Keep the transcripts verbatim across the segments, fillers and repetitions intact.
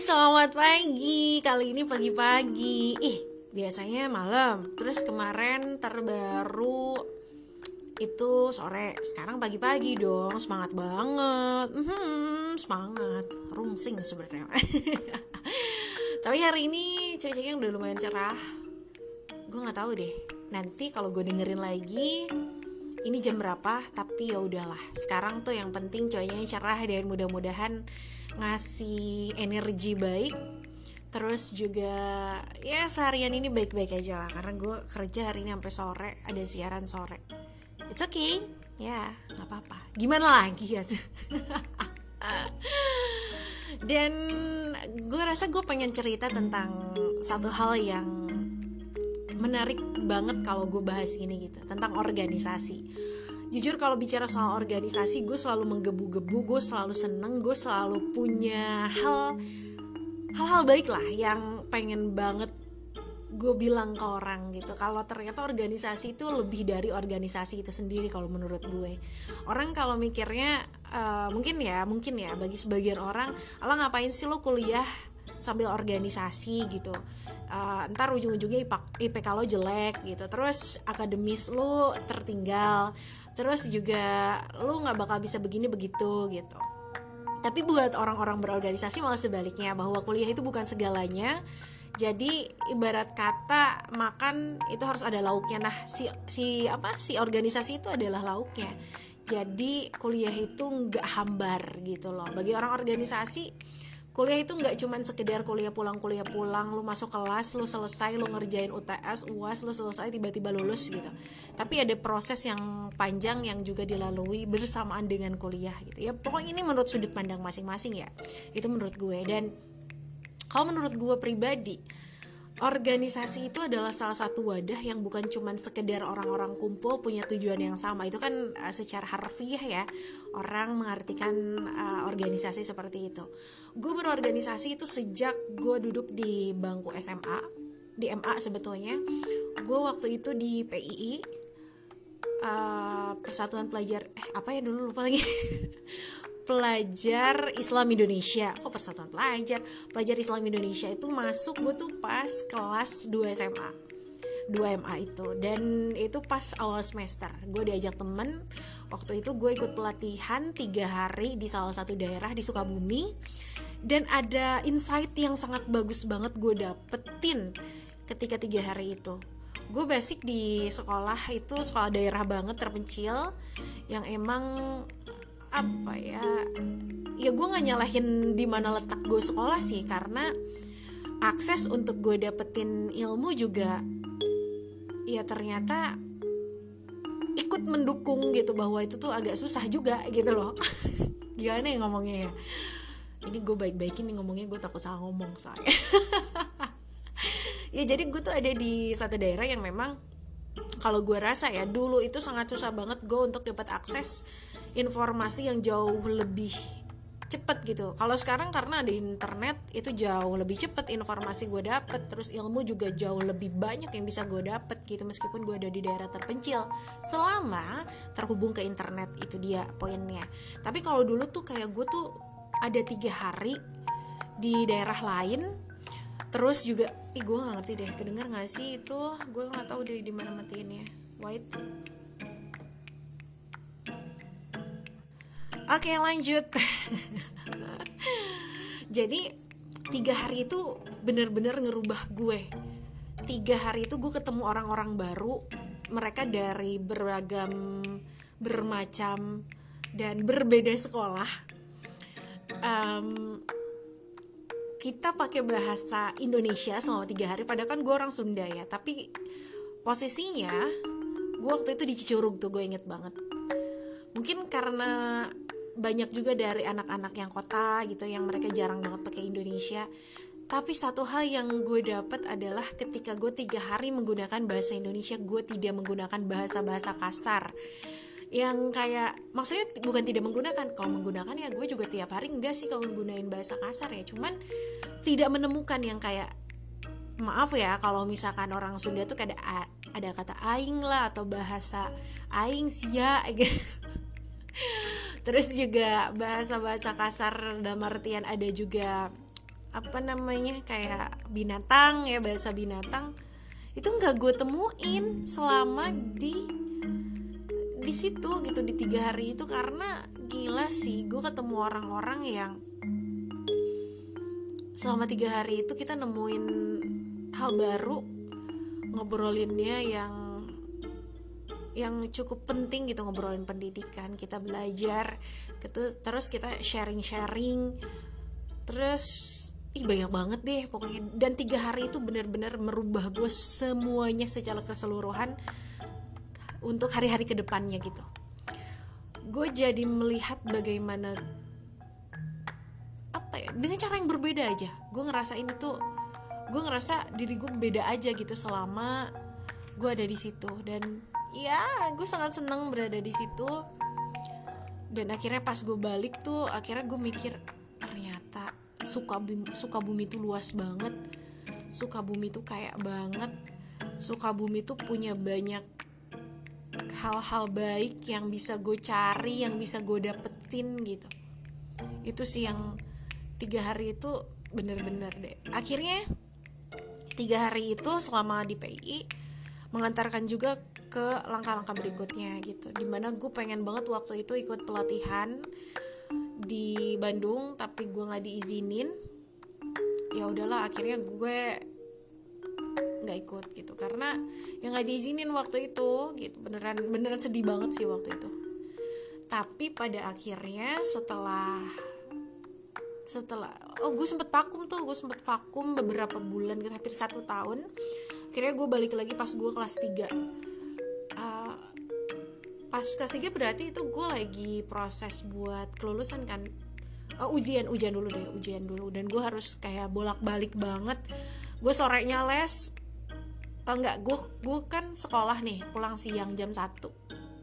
Selamat pagi. Kali ini pagi-pagi. Ih, biasanya malam. Terus kemarin terbaru itu sore. Sekarang pagi-pagi dong. Semangat banget. Hmm, semangat. Rungsing sebenarnya. Tapi hari ini cuacanya udah lumayan cerah. Gue nggak tahu deh. Nanti kalau gue dengerin lagi ini jam berapa, tapi ya udahlah. Sekarang tuh yang penting cuacanya cerah dan mudah-mudahan ngasih energi baik. Terus juga ya seharian ini baik-baik aja lah, karena gue kerja hari ini sampai sore, ada siaran sore. It's okay, ya nggak apa-apa. Gimana lagi ya? Dan gue rasa gue pengen cerita tentang satu hal yang menarik banget kalau gue bahas gini gitu, tentang organisasi. Jujur kalau bicara soal organisasi, gue selalu menggebu-gebu, gue selalu seneng, gue selalu punya hal hal-hal baik lah yang pengen banget gue bilang ke orang gitu. Kalau ternyata organisasi itu lebih dari organisasi itu sendiri kalau menurut gue. Orang kalau mikirnya uh, mungkin ya, mungkin ya bagi sebagian orang, alah ngapain sih lo kuliah sambil organisasi gitu. Uh, ntar ujung-ujungnya I P K lo jelek gitu, terus akademis lo tertinggal, terus juga lo nggak bakal bisa begini begitu gitu. Tapi buat orang-orang berorganisasi malah sebaliknya, bahwa kuliah itu bukan segalanya. Jadi ibarat kata makan itu harus ada lauknya. Nah si si apa si organisasi itu adalah lauknya. Jadi kuliah itu nggak hambar gitu loh. Bagi orang organisasi, kuliah itu nggak cuman sekedar kuliah pulang kuliah pulang, lu masuk kelas, lu selesai, lu ngerjain U T S, U A S, lu selesai tiba-tiba lulus gitu. Tapi ada proses yang panjang yang juga dilalui bersamaan dengan kuliah gitu. Ya pokoknya ini menurut sudut pandang masing-masing ya. Itu menurut gue. Dan kalau menurut gue pribadi, organisasi itu adalah salah satu wadah yang bukan cuman sekedar orang-orang kumpul punya tujuan yang sama. Itu kan uh, secara harfiah ya, orang mengartikan uh, organisasi seperti itu. Gue berorganisasi itu sejak gue duduk di bangku S M A, di M A sebetulnya. Gue waktu itu di P I I, uh, Persatuan Pelajar eh apa ya dulu lupa lagi. Pelajar Islam Indonesia. Kok Persatuan Pelajar? Pelajar Islam Indonesia itu masuk gue tuh pas kelas dua S M A, dua M A itu. Dan itu pas awal semester. Gue diajak temen. Waktu itu gue ikut pelatihan tiga hari di salah satu daerah di Sukabumi. Dan ada insight yang sangat bagus banget gue dapetin ketika tiga hari itu. Gue basic di sekolah itu sekolah daerah banget, terpencil, yang emang apa ya ya gue nggak nyalahin di mana letak gue sekolah sih, karena akses untuk gue dapetin ilmu juga ya ternyata ikut mendukung gitu, bahwa itu tuh agak susah juga gitu loh. Gimana ya ngomongnya ya, ini gue baik-baikin nih ngomongnya, gue takut salah ngomong soalnya. Ya jadi gue tuh ada di satu daerah yang memang kalau gue rasa ya dulu itu sangat susah banget gue untuk dapat akses informasi yang jauh lebih cepet gitu. Kalau sekarang karena ada internet itu jauh lebih cepet informasi gue dapet, terus ilmu juga jauh lebih banyak yang bisa gue dapet gitu, meskipun gue ada di daerah terpencil, selama terhubung ke internet. Itu dia poinnya. Tapi kalau dulu tuh kayak gue tuh ada tiga hari di daerah lain, terus juga ih gue nggak ngerti deh, kedengar nggak sih itu, gue nggak tahu deh di mana matiinnya. White. Oke lanjut. Jadi tiga hari itu bener-bener ngerubah gue. Tiga hari itu gue ketemu orang-orang baru. Mereka dari beragam, bermacam, dan berbeda sekolah. um, Kita pakai bahasa Indonesia selama tiga hari. Padahal kan gue orang Sunda ya. Tapi posisinya gue waktu itu di Cicurug tuh, gue inget banget. Mungkin karena banyak juga dari anak-anak yang kota gitu yang mereka jarang banget pakai Indonesia. Tapi satu hal yang gue dapat adalah ketika gue tiga hari menggunakan bahasa Indonesia, gue tidak menggunakan bahasa-bahasa kasar yang kayak, maksudnya bukan tidak menggunakan, kalau menggunakan ya gue juga tiap hari enggak sih kalau menggunakan bahasa kasar ya, cuman tidak menemukan yang kayak, maaf ya kalau misalkan orang Sunda tuh ada ada kata aing lah atau bahasa aing sia gitu. Terus juga bahasa-bahasa kasar dalam artian ada juga apa namanya kayak binatang ya, bahasa binatang itu nggak gue temuin selama di di situ gitu, di tiga hari itu. Karena gila sih, gue ketemu orang-orang yang selama tiga hari itu kita nemuin hal baru, ngobrolinnya yang yang cukup penting gitu, ngobrolin pendidikan, kita belajar gitu, terus kita sharing-sharing, terus ih banyak banget deh pokoknya. Dan tiga hari itu benar-benar merubah gue semuanya secara keseluruhan untuk hari-hari kedepannya gitu. Gue jadi melihat bagaimana apa ya, dengan cara yang berbeda aja. Gue ngerasain itu, gue ngerasa diri gue beda aja gitu selama gue ada di situ. Dan ya gue sangat seneng berada di situ. Dan akhirnya pas gue balik tuh, akhirnya gue mikir ternyata Sukabumi, Sukabumi tuh luas banget, Sukabumi tuh kayak banget, Sukabumi tuh punya banyak hal-hal baik yang bisa gue cari, yang bisa gue dapetin gitu. Itu sih yang tiga hari itu bener-bener deh. Akhirnya tiga hari itu selama di P I I mengantarkan juga ke langkah-langkah berikutnya gitu, dimana gue pengen banget waktu itu ikut pelatihan di Bandung tapi gue nggak diizinin. Ya udahlah, akhirnya gue nggak ikut gitu karena yang nggak diizinin waktu itu gitu. Beneran beneran sedih banget sih waktu itu. Tapi pada akhirnya setelah setelah oh gue sempet vakum tuh gue sempet vakum beberapa bulan gitu, hampir satu tahun. Akhirnya gue balik lagi pas gue kelas tiga. Uh, pas kelas tiga berarti itu gue lagi proses buat kelulusan kan. uh, ujian ujian dulu deh ujian dulu dan gue harus kayak bolak-balik banget. Gue sorenya les, uh, enggak gue gue kan sekolah nih pulang siang jam satu.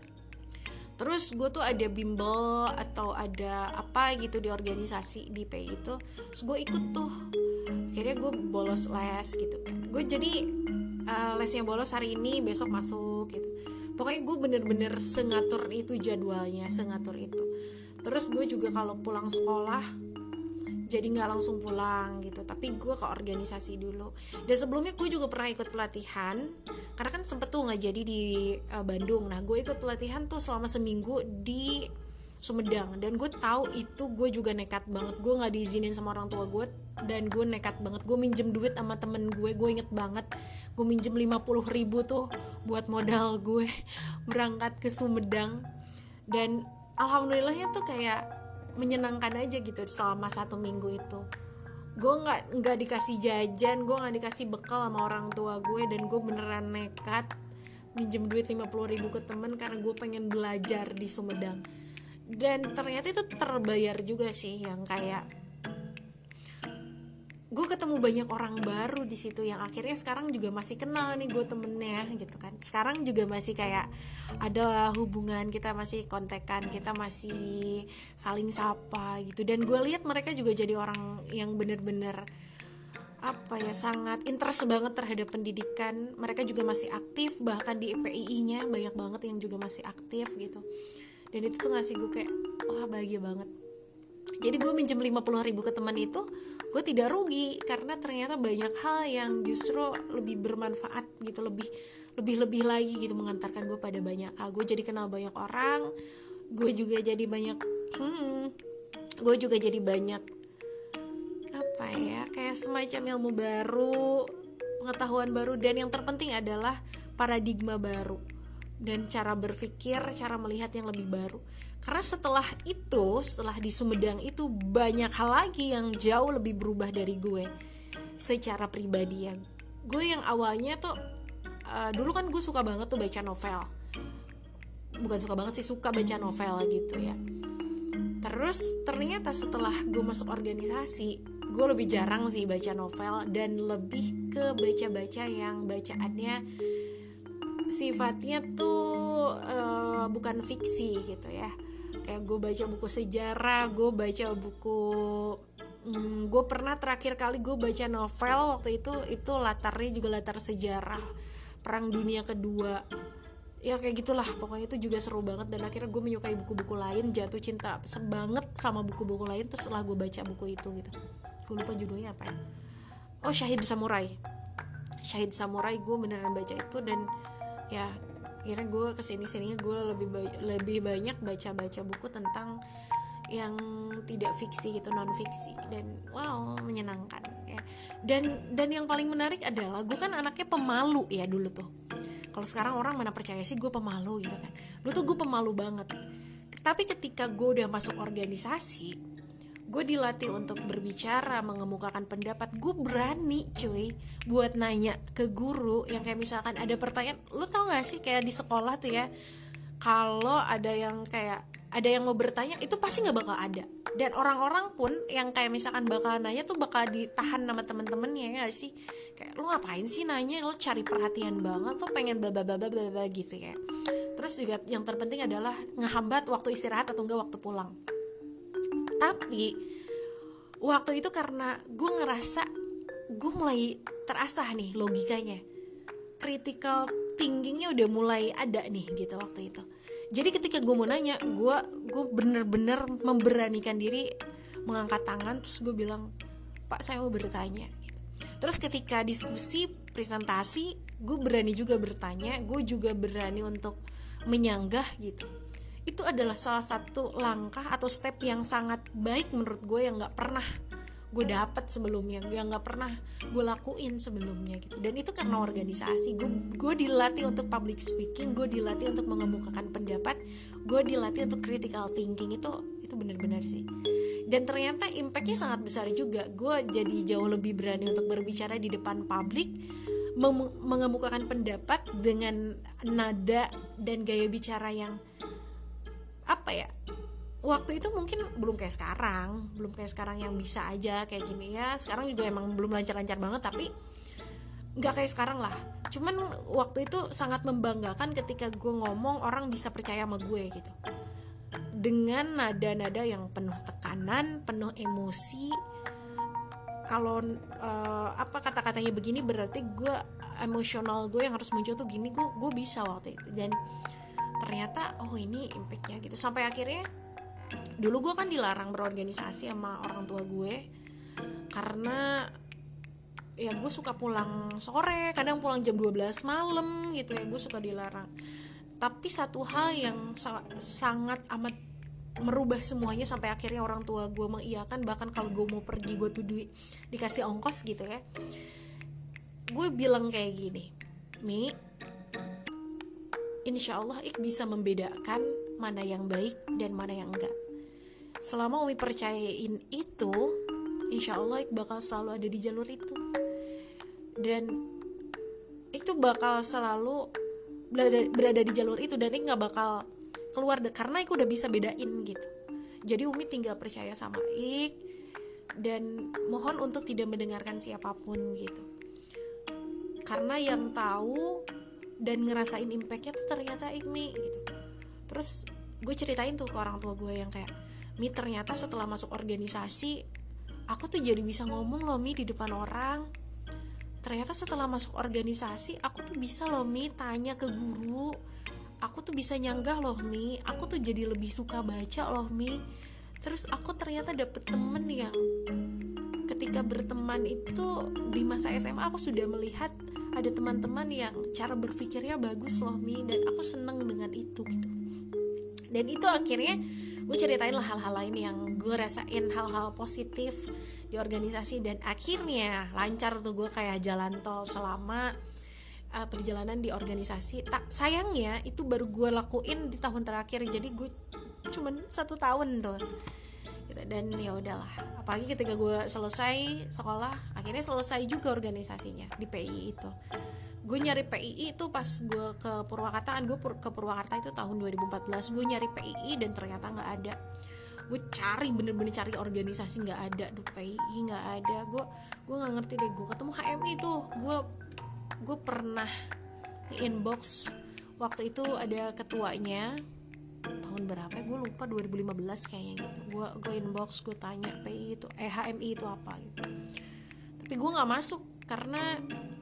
Terus gue tuh ada bimbel atau ada apa gitu di organisasi di P I itu, terus gue ikut tuh. Akhirnya gue bolos les gitu kan. Gue jadi uh, lesnya bolos hari ini, besok masuk gitu. Pokoknya gue bener-bener sengatur itu jadwalnya, sengatur itu. Terus gue juga kalau pulang sekolah jadi nggak langsung pulang gitu, tapi gue ke organisasi dulu. Dan sebelumnya gue juga pernah ikut pelatihan, karena kan sempet tuh nggak jadi di uh, Bandung. Nah gue ikut pelatihan tuh selama seminggu di Sumedang, dan gue tahu itu gue juga nekat banget. Gue nggak diizinin sama orang tua gue, dan gue nekat banget. Gue minjem duit sama temen gue, gue inget banget. Gue minjem lima puluh ribu tuh buat modal gue berangkat ke Sumedang. Dan alhamdulillahnya tuh kayak menyenangkan aja gitu selama satu minggu itu. Gue nggak nggak dikasih jajan, gue nggak dikasih bekal sama orang tua gue, dan gue beneran nekat minjem duit lima puluh ribu ke temen karena gue pengen belajar di Sumedang. Dan ternyata itu terbayar juga sih, yang kayak gue ketemu banyak orang baru di situ yang akhirnya sekarang juga masih kenal nih gue temennya gitu kan. Sekarang juga masih kayak ada hubungan, kita masih kontekan, kita masih saling sapa gitu. Dan gue lihat mereka juga jadi orang yang bener-bener apa ya, sangat interest banget terhadap pendidikan. Mereka juga masih aktif, bahkan di P I I-nya banyak banget yang juga masih aktif gitu. Dan itu tuh ngasih gue kayak wah bahagia banget. Jadi gue minjem lima puluh ribu ke teman itu, gue tidak rugi karena ternyata banyak hal yang justru lebih bermanfaat gitu, lebih lebih lebih lagi gitu, mengantarkan gue pada banyak hal. Gue jadi kenal banyak orang, gue juga jadi banyak hmm, gue juga jadi banyak apa ya, kayak semacam ilmu baru, pengetahuan baru, dan yang terpenting adalah paradigma baru dan cara berpikir, cara melihat yang lebih baru. Karena setelah itu, setelah di Sumedang itu, banyak hal lagi yang jauh lebih berubah dari gue secara pribadi. Ya gue yang awalnya tuh uh, dulu kan gue suka banget tuh baca novel, bukan suka banget sih, suka baca novel gitu ya. Terus ternyata setelah gue masuk organisasi, gue lebih jarang sih baca novel, dan lebih ke baca-baca yang bacaannya sifatnya tuh uh, bukan fiksi gitu ya. Kayak gue baca buku sejarah, gue baca buku hmm, gue pernah terakhir kali gue baca novel waktu itu, itu latarnya juga latar sejarah Perang Dunia Kedua. Ya kayak gitulah, pokoknya itu juga seru banget. Dan akhirnya gue menyukai buku-buku lain, jatuh cinta sebanget sama buku-buku lain tuh setelah gue baca buku itu gitu. gue lupa judulnya apa ya. Oh, Syahid Samurai. Syahid Samurai gue beneran baca itu, dan ya akhirnya gue kesini sininya gue lebih ba- lebih banyak baca baca buku tentang yang tidak fiksi gitu, non fiksi, dan wow, menyenangkan ya. Dan dan yang paling menarik adalah gue kan anaknya pemalu ya dulu tuh. Kalau sekarang orang mana percaya sih gue pemalu gitu kan. Dulu tuh gue pemalu banget. Tapi ketika gue udah masuk organisasi, gue dilatih untuk berbicara, mengemukakan pendapat. Gue berani cuy buat nanya ke guru yang kayak misalkan ada pertanyaan. Lu tau gak sih kayak di sekolah tuh ya, kalau ada yang kayak ada yang mau bertanya, itu pasti nggak bakal ada. Dan orang-orang pun yang kayak misalkan bakal nanya tuh bakal ditahan sama temen-temennya, ya gak sih? Kayak lu ngapain sih nanya, lu cari perhatian banget, tuh pengen baba-baba gitu ya. Terus juga yang terpenting adalah ngehambat waktu istirahat atau enggak waktu pulang. Tapi waktu itu karena gue ngerasa gue mulai terasah nih logikanya, critical thinkingnya udah mulai ada nih gitu waktu itu. Jadi ketika gue mau nanya, gue gue bener-bener memberanikan diri mengangkat tangan, terus gue bilang, Pak, saya mau bertanya. Terus ketika diskusi presentasi, gue berani juga bertanya, gue juga berani untuk menyanggah gitu. Itu adalah salah satu langkah atau step yang sangat baik menurut gue yang nggak pernah gue dapet sebelumnya, yang nggak pernah gue lakuin sebelumnya gitu. Dan itu karena organisasi, gue gue dilatih untuk public speaking, gue dilatih untuk mengemukakan pendapat, gue dilatih untuk critical thinking. Itu itu benar-benar sih. Dan ternyata impactnya sangat besar juga. Gue jadi jauh lebih berani untuk berbicara di depan publik, mem- mengemukakan pendapat dengan nada dan gaya bicara yang apa ya, waktu itu mungkin belum kayak sekarang, belum kayak sekarang yang bisa aja kayak gini ya. Sekarang juga emang belum lancar-lancar banget, tapi nggak kayak sekarang lah. Cuman waktu itu sangat membanggakan ketika gue ngomong orang bisa percaya sama gue gitu, dengan nada-nada yang penuh tekanan, penuh emosi. Kalau uh, apa kata-katanya begini berarti gue emosional gue yang harus muncul tuh gini, gue gue bisa waktu itu. Dan ternyata oh ini impactnya gitu. Sampai akhirnya dulu gue kan dilarang berorganisasi sama orang tua gue karena ya gue suka pulang sore, kadang pulang jam dua belas malam gitu ya, gue suka dilarang. Tapi satu hal yang sa- sangat amat merubah semuanya sampai akhirnya orang tua gue mengiyakan, bahkan kalau gue mau pergi gue tuh duit dikasih ongkos gitu ya. Gue bilang kayak gini, Mi, insya Allah Ik bisa membedakan mana yang baik dan mana yang enggak. Selama Umi percayain itu, insya Allah Ik bakal selalu ada di jalur itu. Dan Ik tuh bakal selalu berada, berada di jalur itu, dan Ik gak bakal keluar de- karena Ik udah bisa bedain gitu. Jadi Umi tinggal percaya sama Ik, dan mohon untuk tidak mendengarkan siapapun gitu. Karena yang tahu dan ngerasain impactnya tuh ternyata Ik, Mi gitu. Terus gue ceritain tuh ke orang tua gue yang kayak, Mi, ternyata setelah masuk organisasi aku tuh jadi bisa ngomong loh, Mi, di depan orang. Ternyata setelah masuk organisasi aku tuh bisa loh, Mi, tanya ke guru. Aku tuh bisa nyanggah loh, Mi. Aku tuh jadi lebih suka baca loh, Mi. Terus aku ternyata dapet temen yang ketika berteman itu di masa S M A aku sudah melihat ada teman-teman yang cara berpikirnya bagus loh, Mi, dan aku seneng dengan itu gitu. Dan itu akhirnya gue ceritain lah hal-hal lain yang gue rasain, hal-hal positif di organisasi, dan akhirnya lancar tuh gue kayak jalan tol selama uh, perjalanan di organisasi. Tak sayangnya itu baru gue lakuin di tahun terakhir, jadi gue cuman satu tahun tuh gitu. Dan ya udahlah, apalagi ketika gue selesai sekolah, akhirnya selesai juga organisasinya di P I I itu. Gue nyari P I I itu pas gue ke Purwakarta, kan gue pur- ke Purwakarta itu tahun dua ribu empat belas. Gue nyari P I I dan ternyata gak ada. Gue cari, bener-bener cari organisasi, gak ada. Duh, P I I gak ada. Gue gue gak ngerti deh. Gue ketemu H M I tuh, gue gue pernah inbox. Waktu itu ada ketuanya, tahun berapa ya, gue lupa, dua ribu lima belas kayaknya gitu. Gue gue inbox, gue tanya P I I itu, eh H M I itu apa gitu. Tapi gue gak masuk karena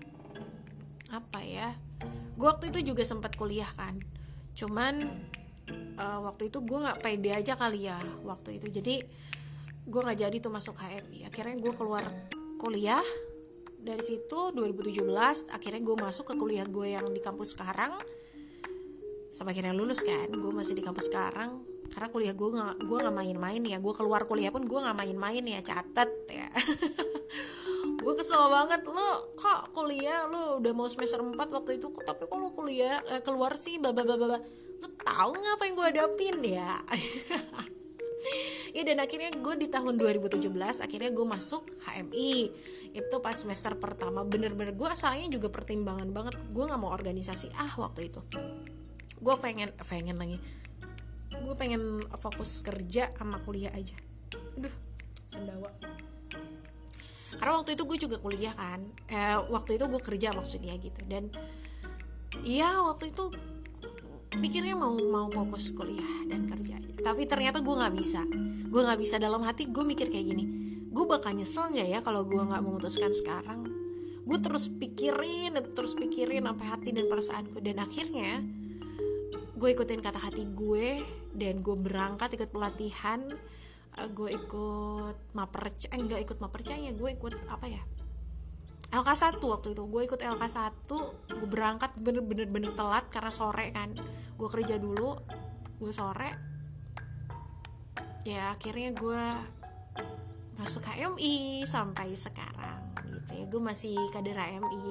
apa ya, gue waktu itu juga sempat kuliah kan, cuman uh, waktu itu gue nggak pede aja kali ya waktu itu. Jadi gue nggak jadi tuh masuk H M I. Akhirnya gue keluar kuliah. Dari situ dua ribu tujuh belas akhirnya gue masuk ke kuliah gue yang di kampus sekarang. Sampai akhirnya lulus kan, gue masih di kampus sekarang. Karena kuliah gue nggak gue nggak main-main ya. Gue keluar kuliah pun gue nggak main-main ya, catet ya. Gue kesel banget, lo kok kuliah lo udah mau semester empat waktu itu, tapi kok lo kuliah eh, keluar sih, bla bla bla bla. Lo tahu nggak apa yang gue hadapin ya? Ya dan akhirnya gue di tahun dua ribu tujuh belas akhirnya gue masuk H M I. Itu pas semester pertama bener-bener gue asalnya juga pertimbangan banget, gue nggak mau organisasi ah waktu itu. Gue pengen pengen lagi gue pengen fokus kerja sama kuliah aja. Aduh, sendawa. Karena waktu itu gue juga kuliah kan, eh, waktu itu gue kerja maksudnya gitu. Dan iya waktu itu pikirnya mau mau fokus kuliah dan kerja aja. Tapi ternyata gue nggak bisa. Gue nggak bisa, dalam hati gue mikir kayak gini, gue bakal nyesel nggak ya kalau gue nggak memutuskan sekarang. Gue terus pikirin, terus pikirin sampai hati dan perasaanku. Dan akhirnya gue ikutin kata hati gue dan gue berangkat ikut pelatihan. Uh, gue ikut maperca, eh, enggak ikut mapercaya, gue ikut apa ya, L K satu waktu itu. Gue ikut L K satu, gue berangkat bener-bener bener telat karena sore kan. Gue kerja dulu, gue sore. Ya akhirnya gue masuk H M I sampai sekarang gitu ya. Gue masih kader H M I.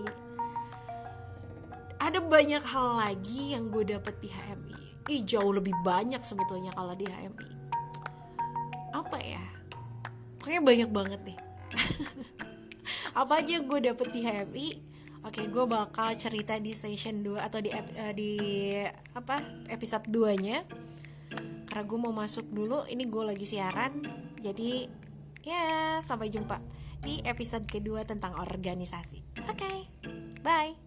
Ada banyak hal lagi yang gue dapet di H M I. Ih, jauh lebih banyak sebetulnya kalau di H M I. Apa ya? Pokoknya banyak banget nih. Apa aja gue dapet di H M I? Oke, gue bakal cerita di session dua atau di uh, di apa? episode dua-nya. Karena gue mau masuk dulu, ini gue lagi siaran. Jadi ya, sampai jumpa di episode kedua tentang organisasi. Oke. Bye.